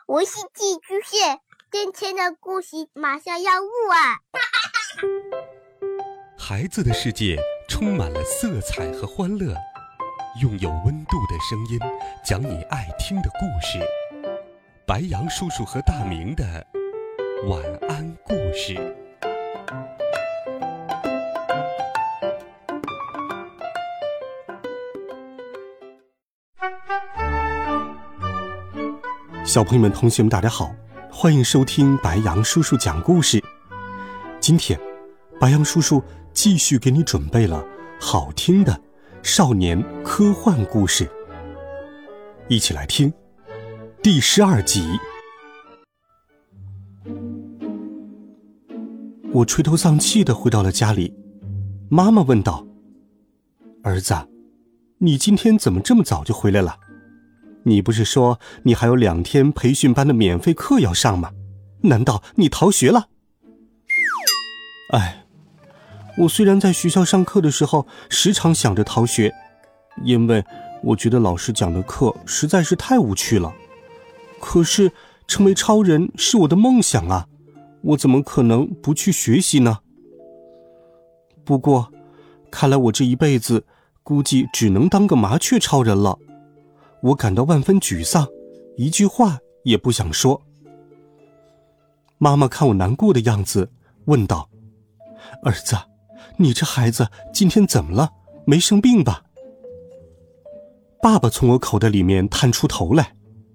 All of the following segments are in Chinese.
我是寄居蟹，今天的故事马上要录啊！ 孩子的世界充满了色彩和欢乐，用有温度的声音讲你爱听的故事。白杨叔叔和大明的晚安故事。 小朋友们、同学们，大家好，欢迎收听白杨叔叔讲故事。今天，白杨叔叔继续给你准备了好听的少年科幻故事，一起来听第12集。我垂头丧气地回到了家里，妈妈问道：“儿子，你今天怎么这么早就回来了？你不是说你还有2天培训班的免费课要上吗？难道你逃学了？”我虽然在学校上课的时候时常想着逃学，因为我觉得老师讲的课实在是太无趣了。可是成为超人是我的梦想啊，我怎么可能不去学习呢？不过，看来我这一辈子估计只能当个麻雀超人了。我感到万分沮丧，一句话也不想说。妈妈看我难过的样子，问道：“儿子，你这孩子今天怎么了？没生病吧？”爸爸从我口袋里面探出头来：“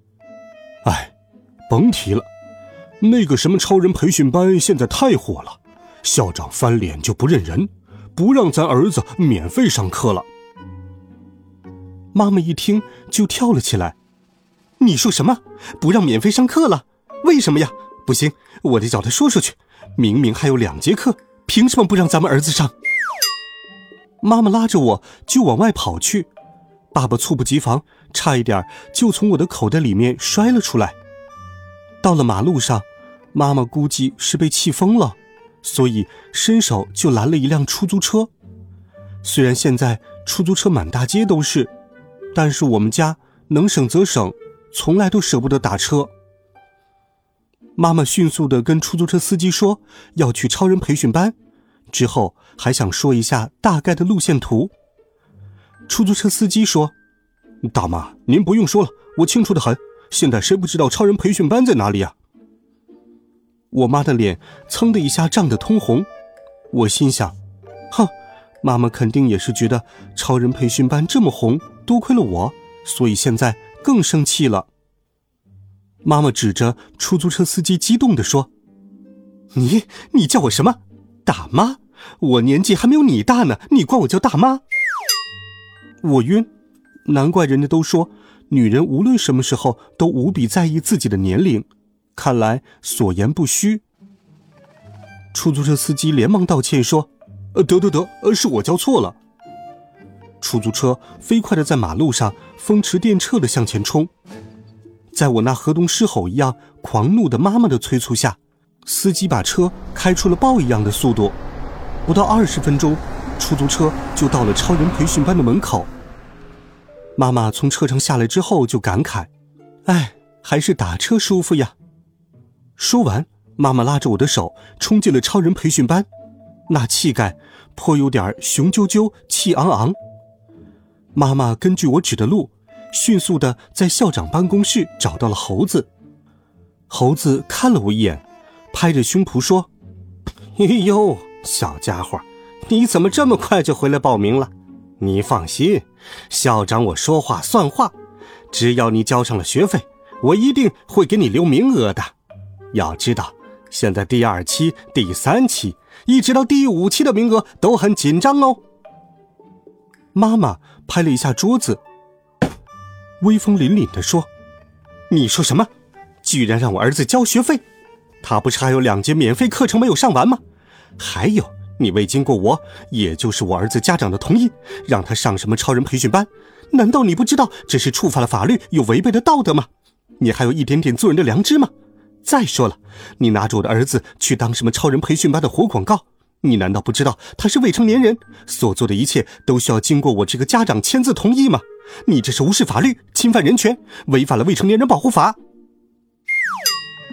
甭提了，那个什么超人培训班现在太火了，校长翻脸就不认人，不让咱儿子免费上课了。”妈妈一听就跳了起来：“你说什么？不让免费上课了？为什么呀？不行，我得找他说去，明明还有2节课，凭什么不让咱们儿子上？”妈妈拉着我就往外跑去，爸爸猝不及防，差一点就从我的口袋里面摔了出来。到了马路上，妈妈估计是被气疯了，所以伸手就拦了一辆出租车。虽然现在出租车满大街都是，但是我们家能省则省，从来都舍不得打车。妈妈迅速地跟出租车司机说要去超人培训班，之后还想说一下大概的路线图。出租车司机说：“大妈，您不用说了，我清楚得很，现在谁不知道超人培训班在哪里啊？”我妈的脸噌的一下涨得通红，我心想，妈妈肯定也是觉得超人培训班这么红，多亏了我，所以现在更生气了。妈妈指着出租车司机激动地说：“你叫我什么？大妈？我年纪还没有你大呢，你管我叫大妈？”我晕，难怪人家都说女人无论什么时候都无比在意自己的年龄，看来所言不虚。出租车司机连忙道歉说：“得，是我叫错了。”出租车飞快地在马路上风驰电掣地向前冲。在我那河东狮吼一样狂怒的妈妈的催促下，司机把车开出了豹一样的速度。不到20分钟，出租车就到了超人培训班的门口。妈妈从车上下来之后就感慨：“还是打车舒服呀。”说完，妈妈拉着我的手冲进了超人培训班，那气概颇有点雄赳赳气昂昂。妈妈根据我指的路，迅速地在校长办公室找到了猴子。猴子看了我一眼，拍着胸脯说：“呦，小家伙，你怎么这么快就回来报名了？你放心，校长我说话算话，只要你交上了学费，我一定会给你留名额的。要知道，现在第2期、第3期，一直到第5期的名额都很紧张哦。”妈妈拍了一下桌子，威风凛凛地说：“你说什么？居然让我儿子交学费？他不是还有2节免费课程没有上完吗？还有，你未经过我，也就是我儿子家长的同意，让他上什么超人培训班？难道你不知道这是触犯了法律，又违背了道德吗？你还有一点点做人的良知吗？再说了，你拿着我的儿子去当什么超人培训班的活广告，你难道不知道他是未成年人，所做的一切都需要经过我这个家长签字同意吗？你这是无视法律，侵犯人权，违反了未成年人保护法。”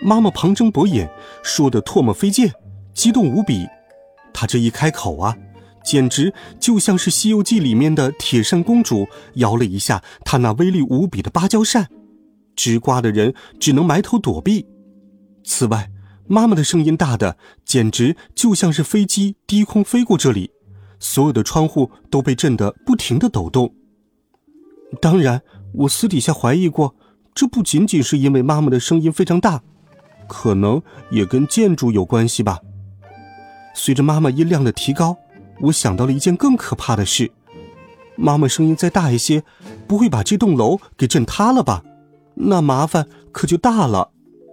妈妈旁征博引，说得唾沫飞溅，激动无比。她这一开口啊，简直就像是《西游记》里面的铁扇公主摇了一下她那威力无比的芭蕉扇，直刮的人只能埋头躲避。此外，妈妈的声音大的简直就像是飞机低空飞过这里，所有的窗户都被震得不停地抖动。当然，我私底下怀疑过，这不仅仅是因为妈妈的声音非常大，可能也跟建筑有关系吧。随着妈妈音量的提高，我想到了一件更可怕的事，妈妈声音再大一些，不会把这栋楼给震塌了吧？那麻烦可就大了。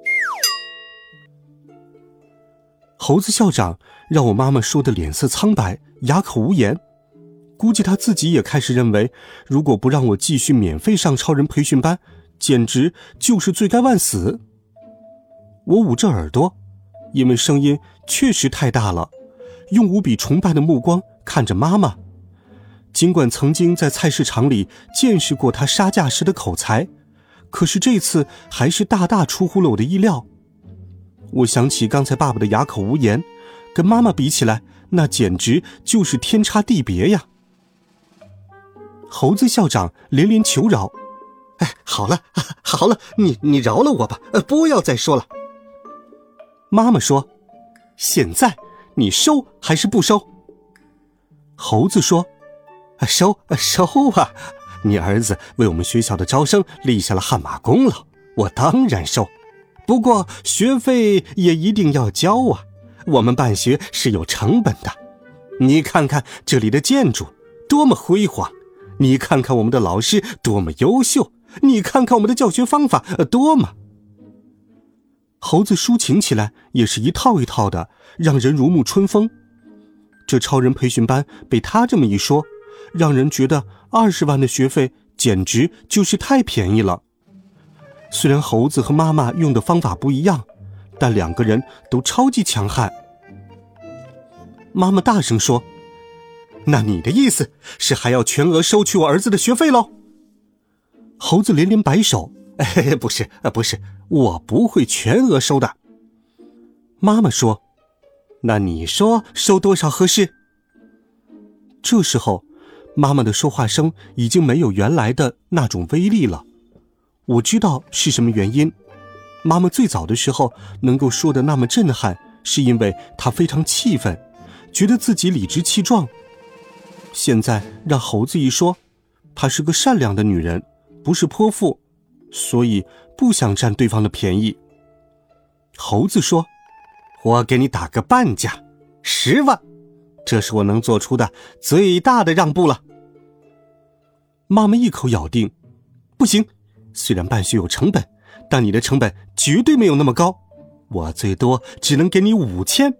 猴子校长让我妈妈说的脸色苍白，哑口无言。估计他自己也开始认为，如果不让我继续免费上超人培训班，简直就是罪该万死。我捂着耳朵，因为声音确实太大了，用无比崇拜的目光看着妈妈。尽管曾经在菜市场里见识过她杀价时的口才，可是这次还是大大出乎了我的意料。我想起刚才爸爸的哑口无言，跟妈妈比起来，那简直就是天差地别呀。猴子校长连连求饶：“好了，好了，你饶了我吧，不要再说了。”妈妈说：“现在你收还是不收？”猴子说：“收啊！你儿子为我们学校的招生立下了汗马功劳，我当然收。不过学费也一定要交啊，我们办学是有成本的。你看看这里的建筑多么辉煌，你看看我们的老师多么优秀，你看看我们的教学方法多么……”猴子抒情起来也是一套一套的，让人如沐春风。这超人培训班被他这么一说，让人觉得20万的学费简直就是太便宜了。虽然猴子和妈妈用的方法不一样，但两个人都超级强悍。妈妈大声说：“那你的意思是还要全额收取我儿子的学费喽？”猴子连连摆手：“不是，我不会全额收的。”妈妈说：“那你说收多少合适？”这时候，妈妈的说话声已经没有原来的那种威力了。我知道是什么原因。妈妈最早的时候能够说得那么震撼，是因为她非常气愤，觉得自己理直气壮。现在让猴子一说，她是个善良的女人，不是泼妇，所以不想占对方的便宜。猴子说：“我给你打个半价，10万，这是我能做出的最大的让步了。”妈妈一口咬定：“不行，虽然办学有成本，但你的成本绝对没有那么高，我最多只能给你5000。”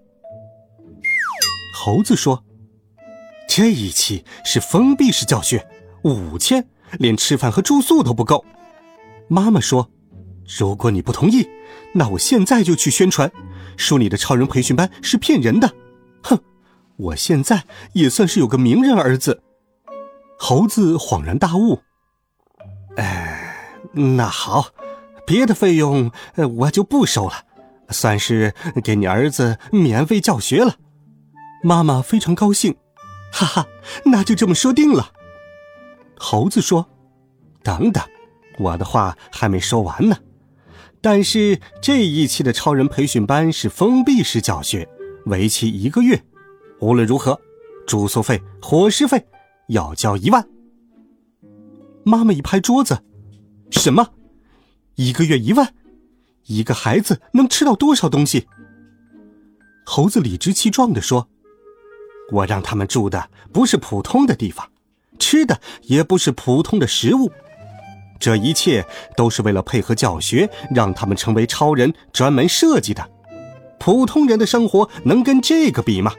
猴子说：“这一期是封闭式教学，5000连吃饭和住宿都不够。”妈妈说：“如果你不同意，那我现在就去宣传，说你的超人培训班是骗人的。哼，我现在也算是有个名人儿子。”猴子恍然大悟：“那好，别的费用我就不收了，算是给你儿子免费教学了。”妈妈非常高兴：“哈哈，那就这么说定了。”猴子说：“等等，我的话还没说完呢。但是这一期的超人培训班是封闭式教学，为期1个月。无论如何，住宿费、伙食费要交1万。”妈妈一拍桌子：“什么？1个月1万？一个孩子能吃到多少东西？”猴子理直气壮地说：“我让他们住的不是普通的地方，吃的也不是普通的食物，这一切都是为了配合教学，让他们成为超人专门设计的。普通人的生活能跟这个比吗？”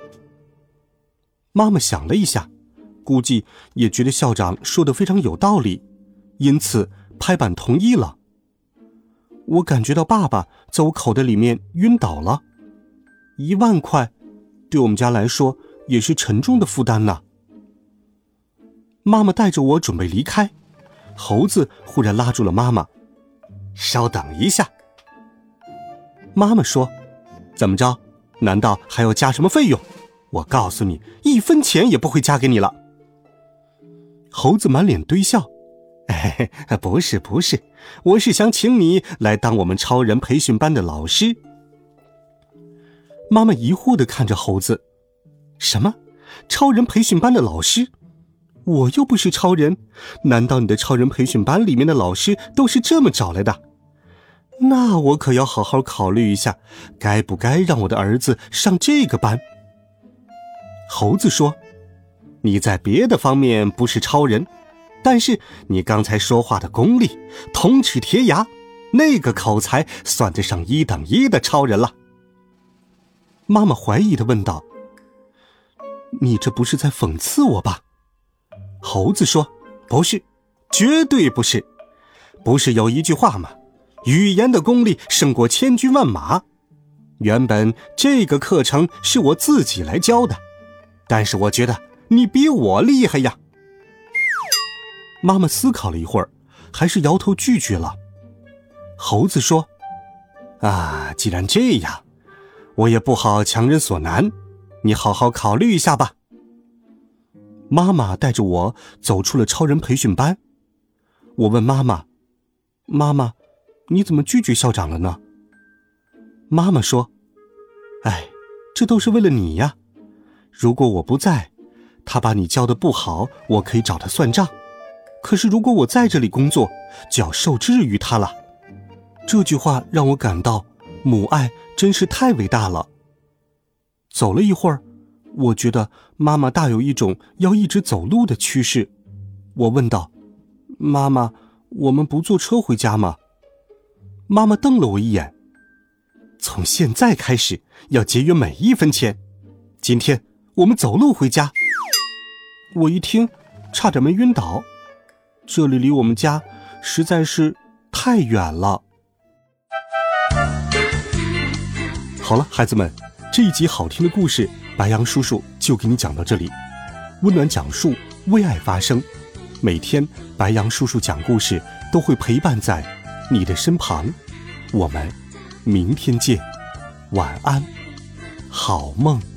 妈妈想了一下，估计也觉得校长说得非常有道理，因此拍板同意了。我感觉到爸爸在我口袋里面晕倒了。1万块对我们家来说也是沉重的负担呢。妈妈带着我准备离开，猴子忽然拉住了妈妈：“稍等一下。” 妈妈说：“怎么着？难道还要加什么费用？我告诉你，1分钱也不会加给你了。”猴子满脸堆笑：“不是，我是想请你来当我们超人培训班的老师。”妈妈疑惑地看着猴子：“什么？超人培训班的老师？我又不是超人，难道你的超人培训班里面的老师都是这么找来的？那我可要好好考虑一下，该不该让我的儿子上这个班。”猴子说：“你在别的方面不是超人，但是你刚才说话的功力，铜齿铁牙，那个口才算得上1等1的超人了。”妈妈怀疑地问道：“你这不是在讽刺我吧？”猴子说：“不是，绝对不是。不是有一句话吗？语言的功力胜过千军万马。原本这个课程是我自己来教的，但是我觉得你比我厉害呀。”妈妈思考了一会儿，还是摇头拒绝了。猴子说：“既然这样，我也不好强人所难，你好好考虑一下吧。”妈妈带着我走出了超人培训班。我问妈妈：“妈妈，你怎么拒绝校长了呢？”妈妈说：“这都是为了你呀。如果我不在，他把你教得不好，我可以找他算账。可是如果我在这里工作，就要受制于他了。”这句话让我感到母爱真是太伟大了。走了一会儿，我觉得妈妈大有一种要一直走路的趋势。我问道：“妈妈，我们不坐车回家吗？”妈妈瞪了我一眼：“从现在开始要节约每1分钱。今天我们走路回家。”我一听，差点没晕倒。这里离我们家实在是太远了。好了，孩子们，这一集好听的故事，白羊叔叔就给你讲到这里。温暖讲述，为爱发声。每天白羊叔叔讲故事都会陪伴在你的身旁。我们明天见，晚安，好梦。